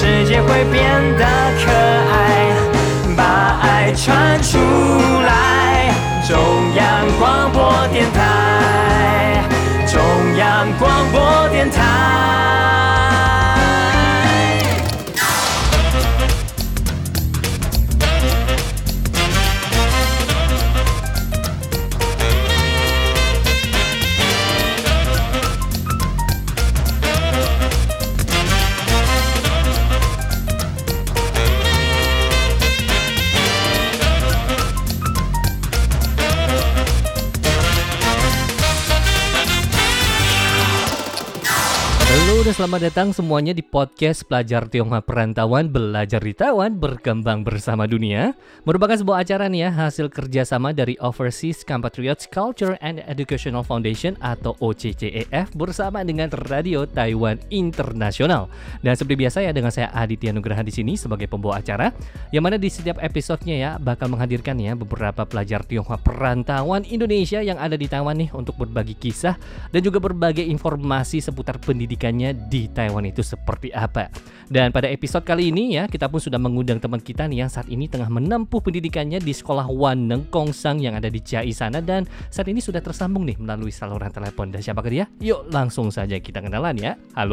世界会变得可爱，把爱传出来。中央广播电台，中央广播电台。 Halo dan selamat datang semuanya di podcast Pelajar Tionghoa Perantauan Belajar di Taiwan Berkembang Bersama Dunia. Merupakan sebuah acara nih ya, hasil kerjasama dari Overseas Compatriots Culture and Educational Foundation atau OCCEF bersama dengan Radio Taiwan Internasional. Dan seperti biasa ya, dengan saya Aditya Nugraha di sini sebagai pembawa acara, yang mana di setiap episodenya ya bakal menghadirkan ya beberapa pelajar Tionghoa perantauan Indonesia yang ada di Taiwan nih untuk berbagi kisah dan juga berbagai informasi seputar pendidikannya di Taiwan itu seperti apa. Dan pada episode kali ini ya, kita pun sudah mengundang teman kita nih yang saat ini tengah menempuh pendidikannya di sekolah Waneng Kongsang yang ada di Chiayi sana, dan saat ini sudah tersambung nih melalui saluran telepon. Dan siapakah dia? Yuk langsung saja kita kenalan ya. Halo.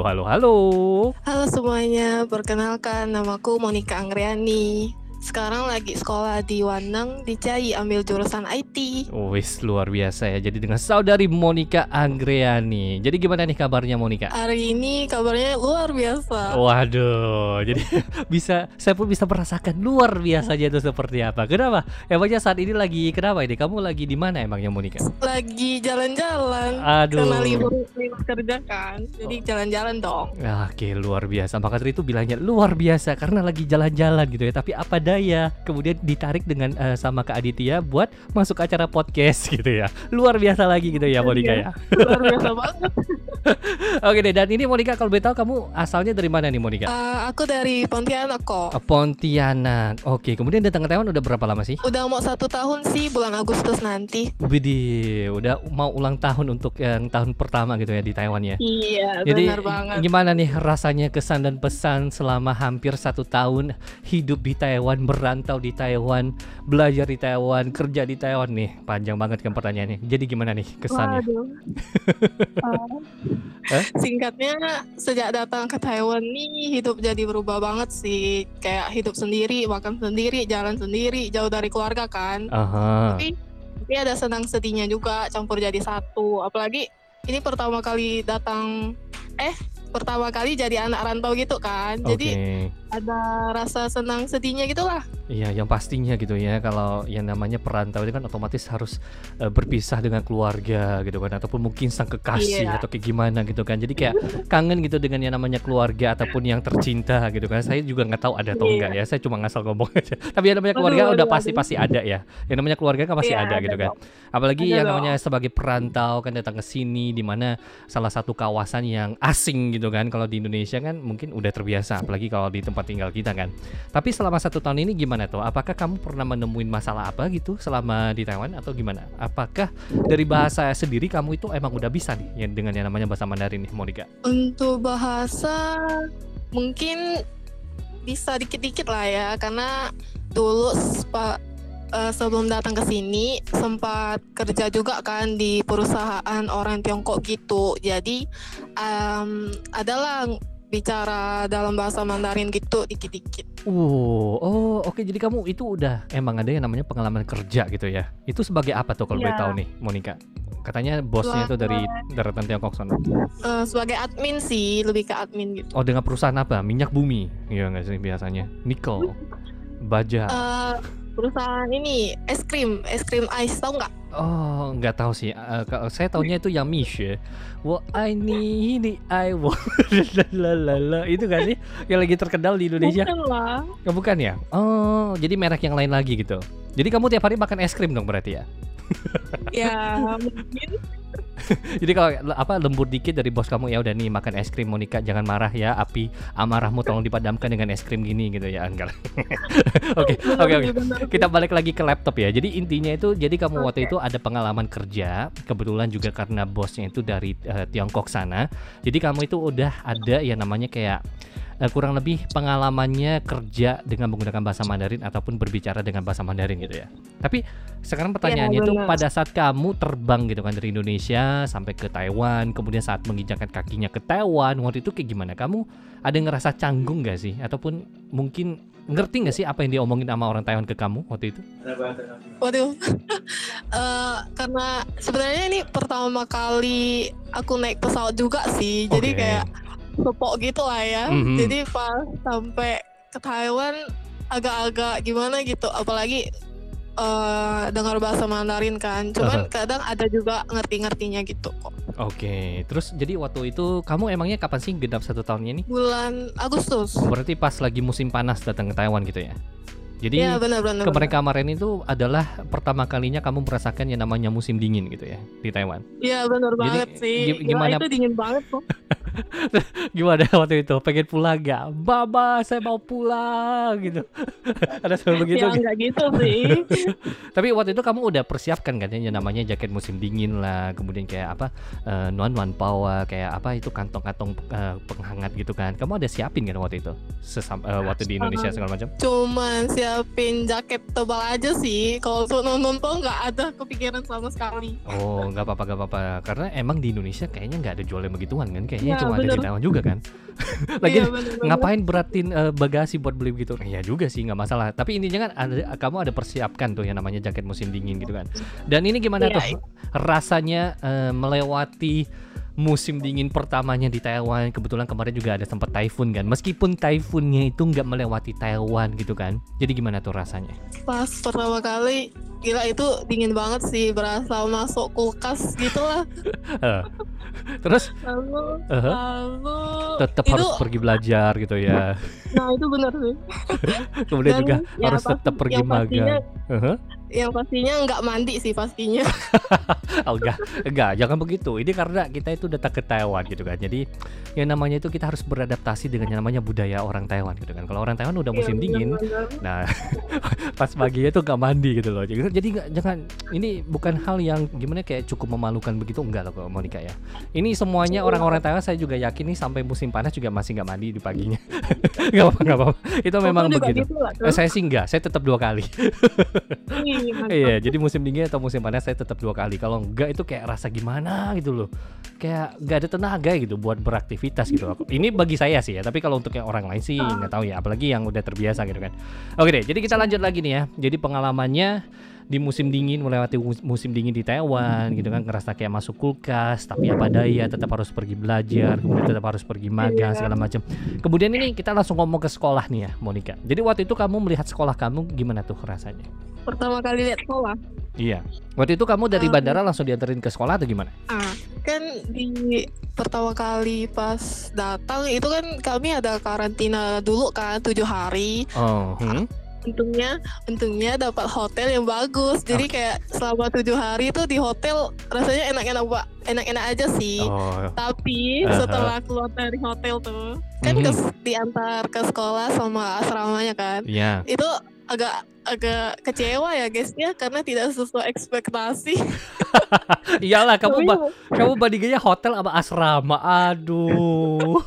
Halo semuanya, perkenalkan namaku Monica Anggriani. Sekarang lagi sekolah di Waneng di Chiayi, ambil jurusan IT. Wis luar biasa ya. Jadi dengan saudari Monica Anggriani. Jadi gimana nih kabarnya Monica? Hari ini kabarnya luar biasa. Waduh, jadi saya pun bisa merasakan luar biasanya itu seperti apa. Kenapa? Emangnya saat ini lagi kenapa ini? Kamu lagi di mana emangnya Monica? Lagi jalan-jalan. Aduh. Karena libur kerja kan, jadi jalan-jalan dong. Oke, luar biasa. Maka dari itu bilangnya luar biasa karena lagi jalan-jalan gitu ya. Tapi apa daya, kemudian ditarik dengan sama Kak Aditya buat masuk acara podcast gitu ya. Luar biasa lagi gitu ya Monica ya. Luar biasa banget. Oke deh, dan ini Monica kalau boleh tahu kamu asalnya dari mana nih Monica? Aku dari Pontianak kok. Pontianak. Oke, kemudian datang ke Taiwan udah berapa lama sih? Udah mau 1 tahun sih, bulan Agustus nanti. Widih, udah mau ulang tahun untuk yang tahun pertama gitu ya di Taiwan ya. Iya, Jadi benar banget. gimana nih rasanya, kesan dan pesan selama hampir 1 tahun hidup di Taiwan, merantau di Taiwan, belajar di Taiwan, kerja di Taiwan nih? Panjang banget kan pertanyaannya. Jadi gimana nih kesannya? Singkatnya, sejak datang ke Taiwan nih hidup jadi berubah banget sih. Kayak hidup sendiri, makan sendiri, jalan sendiri, jauh dari keluarga kan. Aha. Tapi ada senang sedihnya juga, campur jadi satu. Apalagi ini pertama kali jadi anak rantau gitu kan. Jadi ada rasa senang sedihnya gitulah. Iya, yang pastinya gitu ya, kalau yang namanya perantau itu kan otomatis harus berpisah dengan keluarga gitu kan, ataupun mungkin sang kekasih atau kayak gimana gitu kan. Jadi kayak kangen gitu dengan yang namanya keluarga ataupun yang tercinta gitu kan. Saya juga nggak tahu ada atau enggak ya, saya cuma ngasal ngomong aja. Tapi yang namanya keluarga udah pasti ada ya. Yang namanya keluarga kan pasti ada gitu kan. Apalagi yang namanya sebagai perantau kan datang ke sini, di mana salah satu kawasan yang asing gitu kan. Kalau di Indonesia kan mungkin udah terbiasa, apalagi kalau di tempat tinggal kita kan. Tapi selama 1 tahun ini gimana tuh? Apakah kamu pernah menemuin masalah apa gitu selama di Taiwan atau gimana? Apakah dari bahasa sendiri kamu itu emang udah bisa nih dengan yang namanya bahasa Mandarin nih Monica? Untuk bahasa mungkin bisa dikit-dikit lah ya, karena dulu sebelum datang ke sini sempat kerja juga kan di perusahaan orang Tiongkok gitu. Jadi adalah bicara dalam bahasa Mandarin gitu dikit-dikit. Oke. Jadi kamu itu udah emang ada yang namanya pengalaman kerja gitu ya? Itu sebagai apa tuh kalau boleh tahu nih Monica? Katanya bosnya itu dari daratan Tiongkok sana. Sebagai admin sih, lebih ke admin gitu. Oh, dengan perusahaan apa? Minyak bumi? Iya nggak sih biasanya? Nikel, baja. Perusahaan ini es krim ice, tahu nggak? Oh, nggak tahu sih. Saya taunya itu yang Mishe. Wo ai ni ini ai wo. Itu kan sih yang lagi terkenal di Indonesia. Bukan lah. Bukan ya? Oh, jadi merek yang lain lagi gitu. Jadi kamu tiap hari makan es krim dong berarti ya? Ya, mungkin. Jadi kalau lembur dikit dari bos kamu, ya udah nih makan es krim Monica, jangan marah ya, api amarahmu tolong dipadamkan dengan es krim gini gitu ya, enggak. Oke. Kita balik lagi ke laptop ya. Jadi intinya itu, jadi kamu waktu itu ada pengalaman kerja, kebetulan juga karena bosnya itu dari Tiongkok sana. Jadi kamu itu udah ada yang namanya kayak kurang lebih pengalamannya kerja dengan menggunakan bahasa Mandarin ataupun berbicara dengan bahasa Mandarin gitu ya. Tapi sekarang pertanyaannya itu benar. pada saat kamu terbang gitu kan dari Indonesia sampai ke Taiwan, kemudian saat menginjakkan kakinya ke Taiwan, waktu itu kayak gimana? Kamu ada ngerasa canggung gak sih? Ataupun mungkin ngerti gak sih apa yang diomongin sama orang Taiwan ke kamu waktu itu? Waduh, karena sebenarnya ini pertama kali aku naik pesawat juga sih, jadi Oke. kayak sepok gitu lah ya. Mhm. Jadi pas sampai ke Taiwan agak-agak gimana gitu, apalagi dengar bahasa Mandarin kan. Cuman kadang ada juga ngerti-ngertinya gitu kok. Oke, terus jadi waktu itu kamu emangnya kapan sih genap 1 tahunnya nih? Bulan Agustus. Berarti pas lagi musim panas datang ke Taiwan gitu ya? Jadi Iya benar-benar. kemarin itu adalah pertama kalinya kamu merasakan yang namanya musim dingin gitu ya di Taiwan. Iya benar Jadi, banget sih. gimana- Gila, itu dingin banget kok. Gimana waktu itu? Pengen pulang gak? Baba, saya mau pulang gitu. Ada sampai begitu? Ya enggak gitu sih. Tapi waktu itu kamu udah persiapkan kan yang namanya jaket musim dingin lah, kemudian kayak apa nuan pawa, kayak apa itu kantong-kantong penghangat gitu kan. Kamu ada siapin kan waktu itu? Waktu di Indonesia segala macam? Cuman siapin jaket tebal aja sih. Kalau untuk nonton tuh nggak ada kepikiran sama sekali. Oh, nggak apa-apa. Karena emang di Indonesia kayaknya nggak ada jual yang begituan kan. Kayaknya Ya, cuma ada di bener. Taiwan juga kan. Lagi Iya, bener-bener. ngapain beratin bagasi buat beli begitu? Ya juga sih, nggak masalah. Tapi intinya kan kamu ada persiapkan tuh yang namanya jaket musim dingin gitu kan. Dan ini gimana Iya, tuh rasanya melewati musim dingin pertamanya di Taiwan? Kebetulan kemarin juga ada sempat typhoon kan. Meskipun typhoonnya itu nggak melewati Taiwan gitu kan. Jadi gimana tuh rasanya? Pas pertama kali, gila itu dingin banget sih. Berasa masuk kulkas gitu lah. Terus Lalu tetap itu, harus pergi belajar gitu ya. nah itu bener sih. Kemudian Dan juga ya harus tetap pasti- pergi yang pastinya- magang. Yang pastinya nggak mandi sih pastinya. Oh, enggak, jangan begitu. Ini karena kita itu datang ke Taiwan gitu kan. Jadi yang namanya itu kita harus beradaptasi dengan yang namanya budaya orang Taiwan gitu kan. Kalau orang Taiwan udah musim Iya, dingin, bener-bener. nah pas paginya tuh nggak mandi gitu loh. Jadi jangan, ini bukan hal yang gimana kayak cukup memalukan begitu, enggak loh kalau Monica ya. Ini semuanya orang-orang Taiwan saya juga yakin nih sampai musim panas juga masih nggak mandi di paginya. Nggak apa-apa. Itu memang Kamu juga begitu. gitu lah, tuh. Saya sih enggak, saya tetap 2 kali. Ih, mantap. Iya, jadi musim dingin atau musim panas saya tetap 2 kali. Kalau enggak itu kayak rasa gimana gitu loh. Kayak nggak ada tenaga gitu buat beraktivitas gitu. Ini bagi saya sih ya, tapi kalau untuk yang orang lain sih nggak tahu ya, apalagi yang udah terbiasa gitu kan. Oke deh, jadi kita lanjut lagi nih ya. Jadi pengalamannya di musim dingin, melewati musim dingin di Taiwan gitu kan, ngerasa kayak masuk kulkas, tapi apa daya tetap harus pergi belajar, kemudian tetap harus pergi magang segala macam. Kemudian ini kita langsung ngomong ke sekolah nih ya, Monica. Jadi waktu itu kamu melihat sekolah kamu gimana tuh rasanya? Pertama kali lihat sekolah. Iya. Waktu itu kamu dari bandara langsung dianterin ke sekolah atau gimana? Kan di pertama kali pas datang itu kan kami ada karantina dulu kan 7 hari. Oh, Untungnya dapat hotel yang bagus. Jadi kayak selama 7 hari itu di hotel rasanya enak-enak aja sih. Oh, Tapi setelah keluar dari hotel tuh kan diantar ke sekolah sama asramanya kan. iya. Itu agak kecewa ya guys ya, karena tidak sesuai ekspektasi. Iyalah, kamu Tapi- kamu bandingannya hotel sama asrama. Aduh.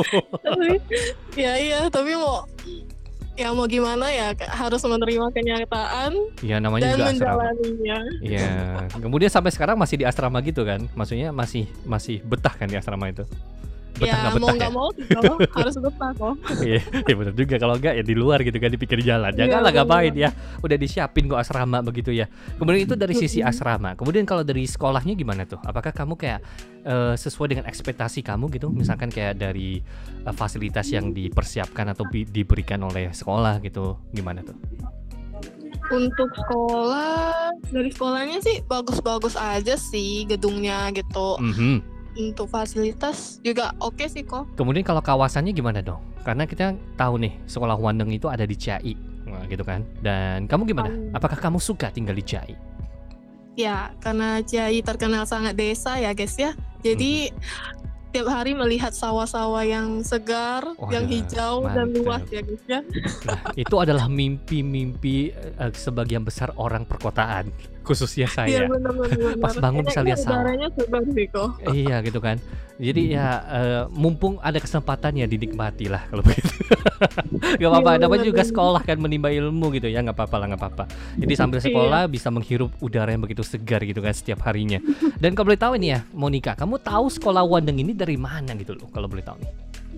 tapi mau gimana ya, harus menerima kenyataan Ya namanya dan juga asrama. menjalaninya. Iya. Kemudian sampai sekarang masih di asrama gitu kan? Maksudnya masih betah kan di asrama itu? Betah Ya nggak mau betah ya? nggak mau juga harus betah kok. Iya, ya benar juga. Kalau enggak ya di luar gitu kan, di pinggir jalan. Iya, Janganlah benar. ngapain ya. Udah disiapin kok asrama begitu ya. Kemudian itu dari sisi asrama. Kemudian kalau dari sekolahnya gimana tuh? Apakah kamu kayak sesuai dengan ekspektasi kamu gitu? Misalkan kayak dari fasilitas yang dipersiapkan atau diberikan oleh sekolah gitu. Gimana tuh? Untuk sekolah, dari sekolahnya sih bagus-bagus aja sih gedungnya gitu. Mhm. Untuk fasilitas juga oke sih kok. Kemudian kalau kawasannya gimana dong? Karena kita tahu nih sekolah Wandeng itu ada di Chiai, gitu kan. Dan kamu gimana? Apakah kamu suka tinggal di Chiai? Ya, karena Ciai terkenal sangat desa ya guys ya. Jadi tiap hari melihat sawah-sawah yang segar, yang Waduh, hijau dan mantap. luas ya guys ya. Nah, itu adalah mimpi-mimpi sebagian besar orang perkotaan. khususnya Iya saya. benar-benar. Pas bangun bisa lihat sawah. Udaranya segar sih kok. Iya gitu kan. Jadi ya mumpung ada kesempatan ya dinikmati lah kalau begitu. Gak apa-apa, Iya, namanya juga benar-benar. sekolah kan menimba ilmu gitu ya, nggak apa-apa lah, nggak apa-apa. Jadi sambil sekolah bisa menghirup udara yang begitu segar gitu kan setiap harinya. Dan kalau boleh tahu ini ya, Monica, kamu tahu sekolah Wandeng ini dari mana gitu loh kalau boleh tahu nih?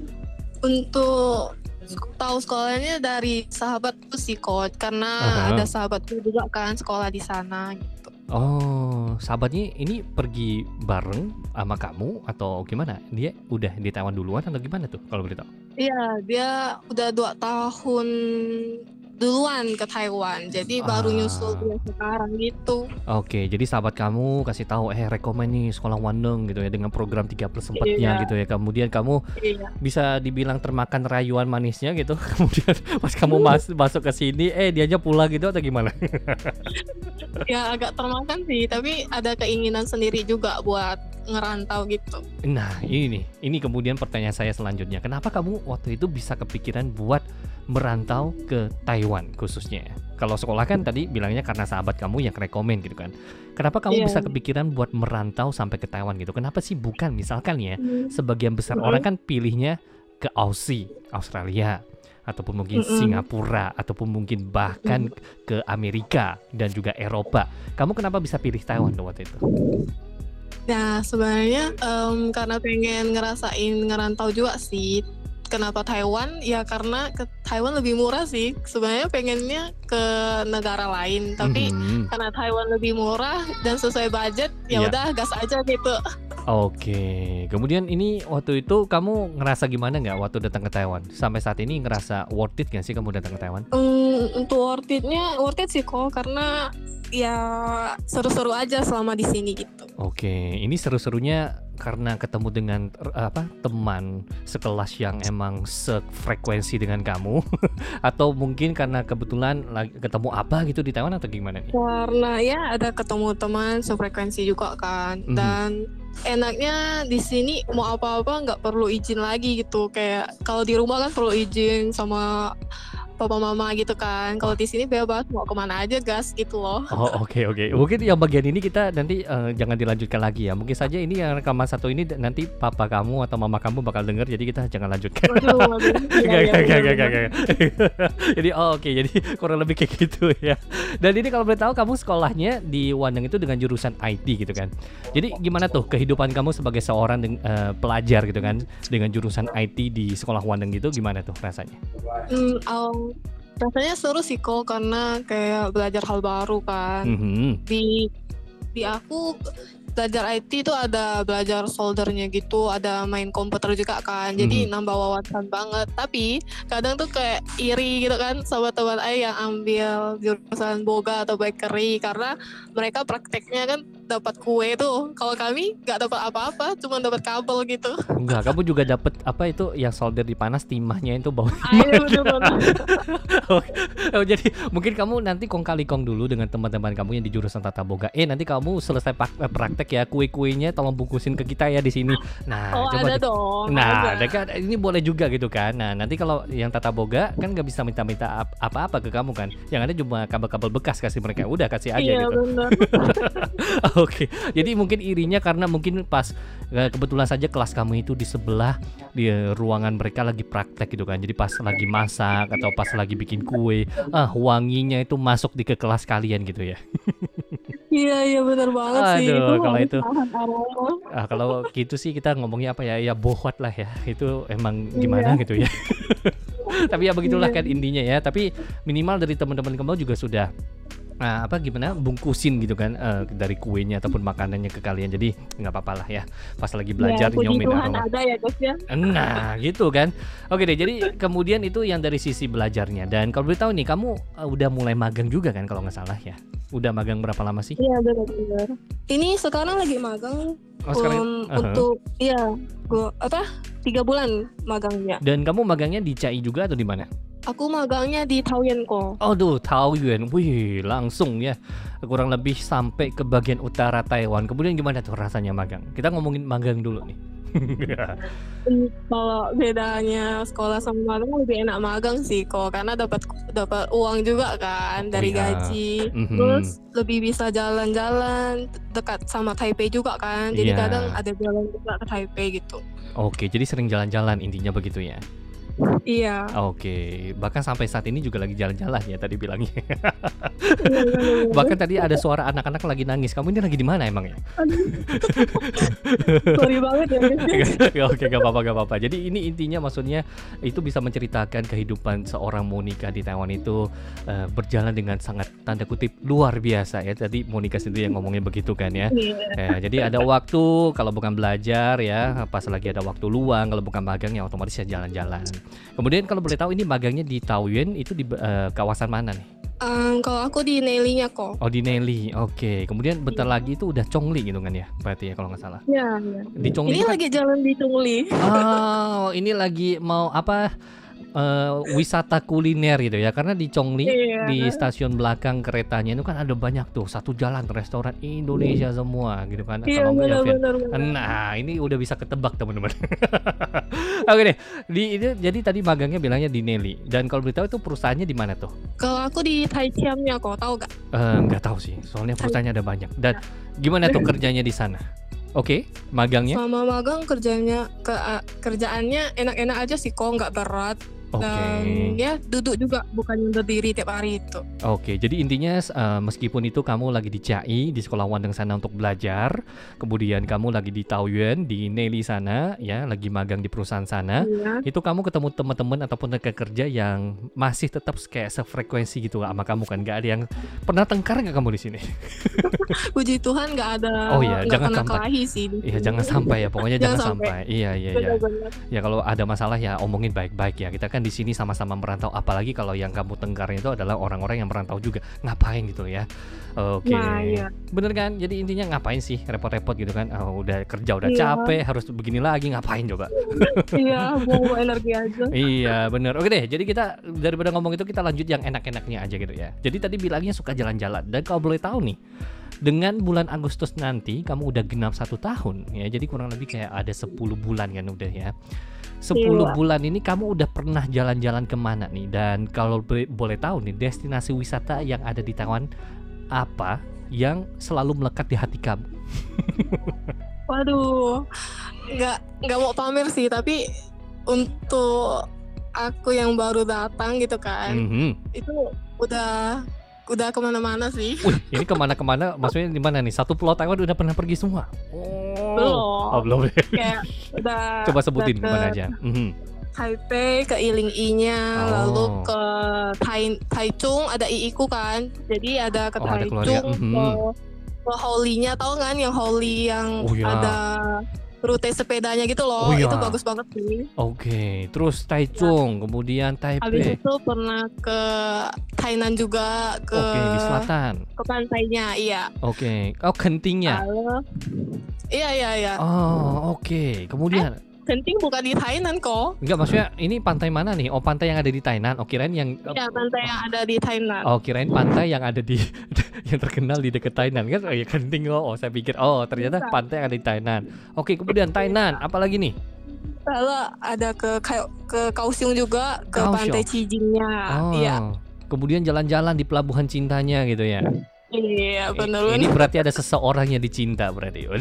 Untuk tahu sekolahnya dari sahabatku sih kok, karena ada sahabatku juga kan sekolah di sana gitu. Oh, sahabatnya ini pergi bareng sama kamu atau gimana? Dia udah di Taiwan duluan atau gimana tuh kalau boleh tahu? Iya, dia udah 2 tahun duluan ke Taiwan, jadi baru nyusul dia sekarang gitu. Oke, jadi sahabat kamu kasih tahu rekomen nih sekolah Wandeng gitu ya dengan program 3+4-nya Iya. gitu ya. Kemudian kamu Iya. bisa dibilang termakan rayuan manisnya gitu. Kemudian pas kamu masuk ke sini dianya pulang gitu atau gimana? Ya agak termakan sih, tapi ada keinginan sendiri juga buat ngerantau gitu. Nah, ini kemudian pertanyaan saya selanjutnya. Kenapa kamu waktu itu bisa kepikiran buat merantau ke Taiwan khususnya ya? Kalau sekolah kan tadi bilangnya karena sahabat kamu yang rekomen gitu kan. Kenapa kamu Iya. bisa kepikiran buat merantau sampai ke Taiwan gitu? Kenapa sih bukan misalkan ya, sebagian besar orang kan pilihnya ke Aussie, Australia, ataupun mungkin Singapura, ataupun mungkin bahkan ke Amerika dan juga Eropa. Kamu kenapa bisa pilih Taiwan tuh waktu itu? Nah, sebenarnya karena pengen ngerasain ngerantau juga sih. Kenapa Taiwan? Ya karena ke Taiwan lebih murah sih. Sebenarnya pengennya ke negara lain, tapi karena Taiwan lebih murah dan sesuai budget, ya udah gas aja gitu. Oke, kemudian ini waktu itu kamu ngerasa gimana nggak waktu datang ke Taiwan? Sampai saat ini ngerasa worth it nggak sih kamu datang ke Taiwan? Untuk worth it sih kok, karena ya seru-seru aja selama di sini gitu. Oke, ini seru-serunya karena ketemu dengan teman sekelas yang emang sefrekuensi dengan kamu atau mungkin karena kebetulan lagi ketemu apa gitu di Taiwan atau gimana nih? Karena ya ada ketemu teman sefrekuensi juga kan, dan enaknya di sini mau apa-apa nggak perlu izin lagi gitu. Kayak kalau di rumah kan perlu izin sama papa mama gitu kan. Kalau di sini bebas mau kemana aja gas gitu loh. Oh oke. Mungkin yang bagian ini kita nanti jangan dilanjutkan lagi ya. Mungkin saja ini yang rekaman satu ini nanti papa kamu atau mama kamu bakal denger, jadi kita jangan lanjutkan. Waduh. Gak. Jadi oke, jadi kurang lebih kayak gitu ya. Dan ini kalau boleh tahu kamu sekolahnya di Wandeng itu dengan jurusan IT gitu kan. Jadi gimana tuh kehidupan kamu sebagai seorang pelajar gitu kan dengan jurusan IT di sekolah Wandeng gitu, gimana tuh rasanya? Rasanya seru sih kok, karena kayak belajar hal baru kan. Di aku belajar IT itu ada belajar soldernya gitu, ada main komputer juga kan, jadi nambah wawasan banget. Tapi kadang tuh kayak iri gitu kan sama teman yang ambil jurusan boga atau bakery, karena mereka prakteknya kan dapat kue tuh, kalau kami nggak dapat apa-apa, cuma dapat kabel gitu. Enggak, kamu juga dapat apa itu yang solder dipanas timahnya itu bau. Jadi mungkin kamu nanti kong kali kong dulu dengan teman-teman kamu yang di jurusan tata boga. Nanti kamu selesai praktek ya, kue-kuenya tolong bungkusin ke kita ya di sini. Nah, coba ada dong. Nah, ini boleh juga gitu kan. Nah, nanti kalau yang tata boga kan nggak bisa minta-minta apa-apa ke kamu kan. Yang ada cuma kabel-kabel bekas kasih mereka. Udah kasih aja iya, gitu. Bener. Oke. Jadi mungkin irinya karena mungkin pas kebetulan saja kelas kamu itu di sebelah di ruangan mereka lagi praktek gitu kan. Jadi pas lagi masak atau pas lagi bikin kue, wanginya itu masuk ke kelas kalian gitu ya. Iya benar banget sih. Aduh, kalau itu kalau gitu sih kita ngomongnya apa ya? Ya bohwat lah ya. Itu emang gimana gitu ya. Tapi ya begitulah kan intinya ya. Tapi minimal dari teman-teman kamu juga sudah gimana bungkusin gitu kan dari kuenya ataupun makanannya ke kalian, jadi nggak apa-apa lah ya pas lagi belajar nyomin aroma. Ada ya guys ya. Nah gitu kan. Oke deh, jadi kemudian itu yang dari sisi belajarnya. Dan kalau boleh tahu nih, kamu udah mulai magang juga kan kalau nggak salah ya? Udah magang berapa lama sih? Iya benar. Ini sekarang lagi magang. Untuk gua 3 bulan magangnya. Dan kamu magangnya di CAI juga atau di mana? Aku magangnya di Taoyuan kok. Aduh, Taoyuan. Wih, langsung ya. Kurang lebih sampai ke bagian utara Taiwan. Kemudian gimana tuh rasanya magang? Kita ngomongin magang dulu nih. Kalau bedanya sekolah sama magang lebih enak magang sih kok, karena dapat uang juga kan dari iya. gaji. Mhm. Terus lebih bisa jalan-jalan dekat sama Taipei juga kan. Jadi Iya. kadang ada jalan juga ke Taipei gitu. Oke, jadi sering jalan-jalan intinya begitu ya. Iya. Oke, bahkan sampai saat ini juga lagi jalan-jalan ya tadi bilangnya. Iya. Bahkan tadi ada suara anak-anak lagi nangis. Kamu ini lagi di mana emang ya? Sorry banget ya guys. Oke, gak apa-apa. Jadi ini intinya maksudnya itu bisa menceritakan kehidupan seorang Monica di Taiwan itu berjalan dengan sangat tanda kutip luar biasa ya. Tadi Monica sendiri yang ngomongnya begitu kan ya. Jadi ada waktu kalau bukan belajar ya, pas lagi ada waktu luang, kalau bukan magang ya otomatis ya jalan-jalan. Kemudian kalau boleh tahu ini magangnya di Taoyuan itu di kawasan mana nih? Kalau aku di Nelly-nya kok. Oh di Nelly, oke. Kemudian bentar lagi itu udah Chongli gitu kan ya, berarti ya kalau nggak salah. Iya. Di Chongli Ini itu kan- lagi jalan di Chongli. Oh, ini lagi mau apa? Wisata kuliner gitu ya, karena di Chongli Iya. di stasiun belakang keretanya itu kan ada banyak tuh satu jalan restoran Indonesia semua gitu kan. Iya, Kalau nggak ya Viet. benar-benar. Nah, ini udah bisa ketebak teman-teman. Oke deh, jadi tadi magangnya bilangnya di Nelly dan kalau beritahu itu perusahaannya di mana tuh? Kalau aku di Taichiam-nya kok, tahu gak? Nggak tahu sih, soalnya perusahaannya ada banyak. Dan gimana tuh kerjanya di sana? Oke, magangnya? Sama magang kerjaannya enak-enak aja sih kok, nggak berat. Oke. Dan ya duduk juga, bukan yang berdiri tiap hari itu. Oke, jadi intinya meskipun itu kamu lagi di CAI di sekolah Wandeng sana untuk belajar, kemudian kamu lagi di Taoyuan di Nelly sana, ya lagi magang di perusahaan sana, Iya. itu kamu ketemu teman-teman ataupun rekan kerja yang masih tetap kayak sefrekuensi gitu sama kamu kan? Gak ada yang pernah tengkar nggak kamu di sini? Puji Tuhan nggak ada, Oh iya, nggak jangan kena sampai. kelahi sih. Iya, jangan sampai ya, pokoknya jangan Jangan sampai. Iya. Benar-benar. Ya kalau ada masalah ya omongin baik-baik ya. Kita kan di sini sama-sama merantau, apalagi kalau yang kamu tengkarnya itu adalah orang-orang yang merantau juga. Ngapain gitu ya? Oke. Nah, iya. Bener kan? Jadi intinya ngapain sih repot-repot gitu kan? Udah kerja udah Iya. capek, harus begini lagi ngapain coba? Iya, buang energi aja. Iya, bener. Oke deh, jadi kita daripada ngomong itu kita lanjut yang enak-enaknya aja gitu ya. Jadi tadi bilangnya suka jalan-jalan dan kalau boleh tahu nih, dengan bulan Agustus nanti kamu udah genap 1 tahun ya. Jadi kurang lebih kayak ada 10 bulan kan udah ya. 10 Iya. bulan ini kamu udah pernah jalan-jalan kemana nih? Dan kalau boleh tahu nih, destinasi wisata yang ada di Taiwan apa yang selalu melekat di hati kamu? Waduh, nggak mau pamer sih, tapi untuk aku yang baru datang gitu kan, Mhm. itu udah kemana-mana sih. Wih, ini kemana-kemana? Maksudnya di mana nih? Satu pulau Taiwan udah pernah pergi semua? Oh, belum. Kayak udah Coba sebutin ke kemana aja. Mhm. Taipei, ke Iling-I-nya, Oh. lalu ke Taichung ada Iiku kan, jadi ada ke Oh, ada keluarga. Taichung, ke Holi-nya, tahu kan yang Holi yang Oh, iya. ada rute sepedanya gitu loh, Oh, iya. itu bagus banget sih. Oke, terus Taichung, kemudian Habis Taipei. itu pernah ke Tainan juga, ke Oke, di selatan. ke pantainya, iya. Oke. Oh, Kentingnya. Lalu, iya. Oh, oke. Kemudian Genting bukan di Tainan kok. enggak, maksudnya ini pantai mana nih? Oh, pantai yang ada di Tainan. Oh, kirain yang Ya, pantai yang ada di Tainan. Oh, kirain pantai yang ada di yang terkenal di dekat Tainan kan? Oh ya Kenting loh. Oh, saya pikir ternyata Bukan. pantai yang ada di Tainan. Oke, kemudian Tainan, apalagi nih? Lalu ada ke Kaohsiung juga, ke Kaohsiung. pantai Cijingnya. Oh. Iya. Kemudian jalan-jalan di pelabuhan cintanya gitu ya. Iya, benar. Ini berarti ada seseorang yang dicinta berarti.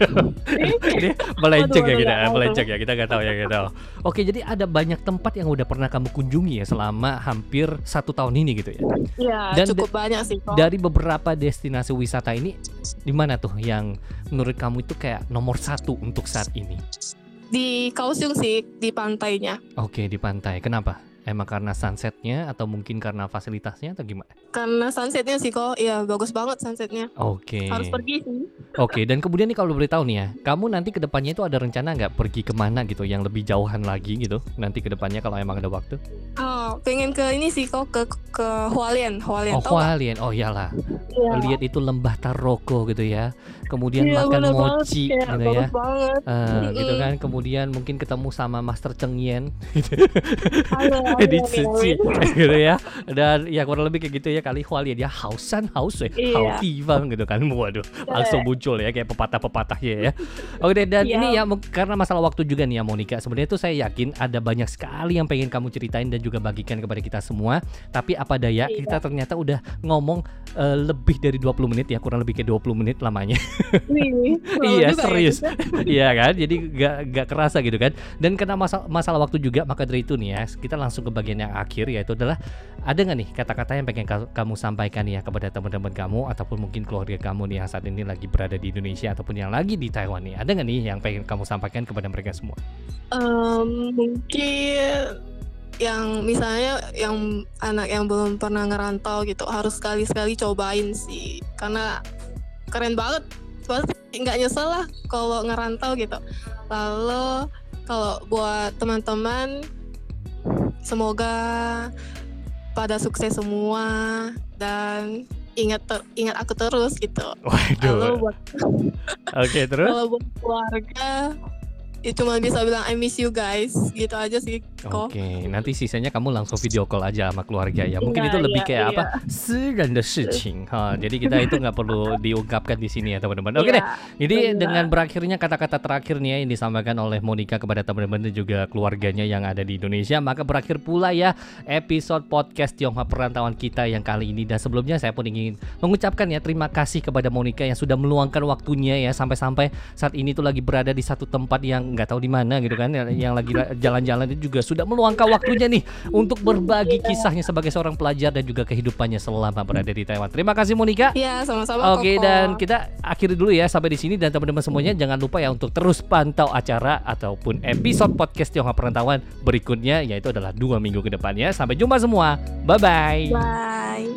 Ini melenceng ya Aduh, kita, nggak tahu. melenceng ya kita nggak tahu ya kita. Oke, jadi ada banyak tempat yang udah pernah kamu kunjungi ya selama hampir 1 tahun ini gitu ya. Iya, Dan cukup banyak sih kok. Dari beberapa destinasi wisata ini, di mana tuh yang menurut kamu itu kayak nomor 1 untuk saat ini? Di Kaohsiung sih, di pantainya. Oke, di pantai. Kenapa? Emang karena sunsetnya atau mungkin karena fasilitasnya atau gimana? Karena sunsetnya sih kok, iya bagus banget sunsetnya. Oke. Harus pergi sih. Oke, dan kemudian nih kalau boleh tahu nih ya, kamu nanti ke depannya itu ada rencana nggak pergi kemana gitu yang lebih jauhan lagi gitu? Nanti ke depannya kalau emang ada waktu? Oh, pengen ke ini sih kok, ke Hualien. Oh, Hualien, tau nggak? Hualien. Oh iyalah. Iya. Lihat itu lembah Taroko gitu ya. Kemudian Iya, makan bener banget. mochi Kayak gitu ya. bagus banget. Gitu kan. Kemudian mungkin ketemu sama Master Cheng Yen. Ada di suci gitu ya. Dan ya kurang lebih kayak gitu ya kali Huali dia hausan haus hau tifang gitu kan. Waduh, langsung muncul ya kayak pepatah-pepatahnya ya. Oke dan ini ya karena masalah waktu juga nih ya Monica. Sebenarnya tuh saya yakin ada banyak sekali yang pengen kamu ceritain dan juga bagikan kepada kita semua. Tapi apa daya kita ternyata udah ngomong lebih dari 20 menit ya, kurang lebih kayak 20 menit lamanya. Iya serius. Iya kan, jadi gak kerasa gitu kan. Dan karena masalah waktu juga, maka dari itu nih ya kita langsung ke bagian yang akhir, yaitu adalah ada nggak nih kata-kata yang pengen kamu sampaikan ya kepada teman-teman kamu ataupun mungkin keluarga kamu nih yang saat ini lagi berada di Indonesia ataupun yang lagi di Taiwan nih, ada nggak nih yang pengen kamu sampaikan kepada mereka semua? Mungkin yang misalnya yang anak yang belum pernah ngerantau gitu harus sekali-sekali cobain sih, karena keren banget, pasti nggak nyesel lah kalau ngerantau gitu. Lalu kalau buat teman-teman semoga pada sukses semua dan ingat aku terus gitu. Waduh. Lalu buat Oke, terus? kalau buat keluarga ya cuma bisa bilang I miss you guys, gitu aja sih kok. Oke, nanti sisanya kamu langsung video call aja sama keluarga ya. Mungkin itu lebih kayak apa? Seran de shicing. Jadi kita itu nggak perlu diungkapkan di sini ya teman-teman. Oke deh. Jadi dengan berakhirnya kata-kata terakhir nih ya yang disampaikan oleh Monica kepada teman-teman dan juga keluarganya yang ada di Indonesia, maka berakhir pula ya episode podcast Tionghoa Perantauan kita yang kali ini. Dan sebelumnya saya pun ingin mengucapkan ya terima kasih kepada Monica yang sudah meluangkan waktunya ya sampai-sampai saat ini tuh lagi berada di satu tempat yang nggak tahu di mana gitu kan, yang lagi jalan-jalan itu juga sudah meluangkan waktunya nih untuk berbagi kisahnya sebagai seorang pelajar dan juga kehidupannya selama berada di Taiwan. Terima kasih Monica. Iya, sama-sama. Oke, dan kita akhiri dulu ya sampai di sini, dan teman-teman semuanya jangan lupa ya untuk terus pantau acara ataupun episode podcast Tionghoa Perantauan berikutnya, yaitu adalah 2 minggu ke depannya. Sampai jumpa semua. Bye-bye. Bye.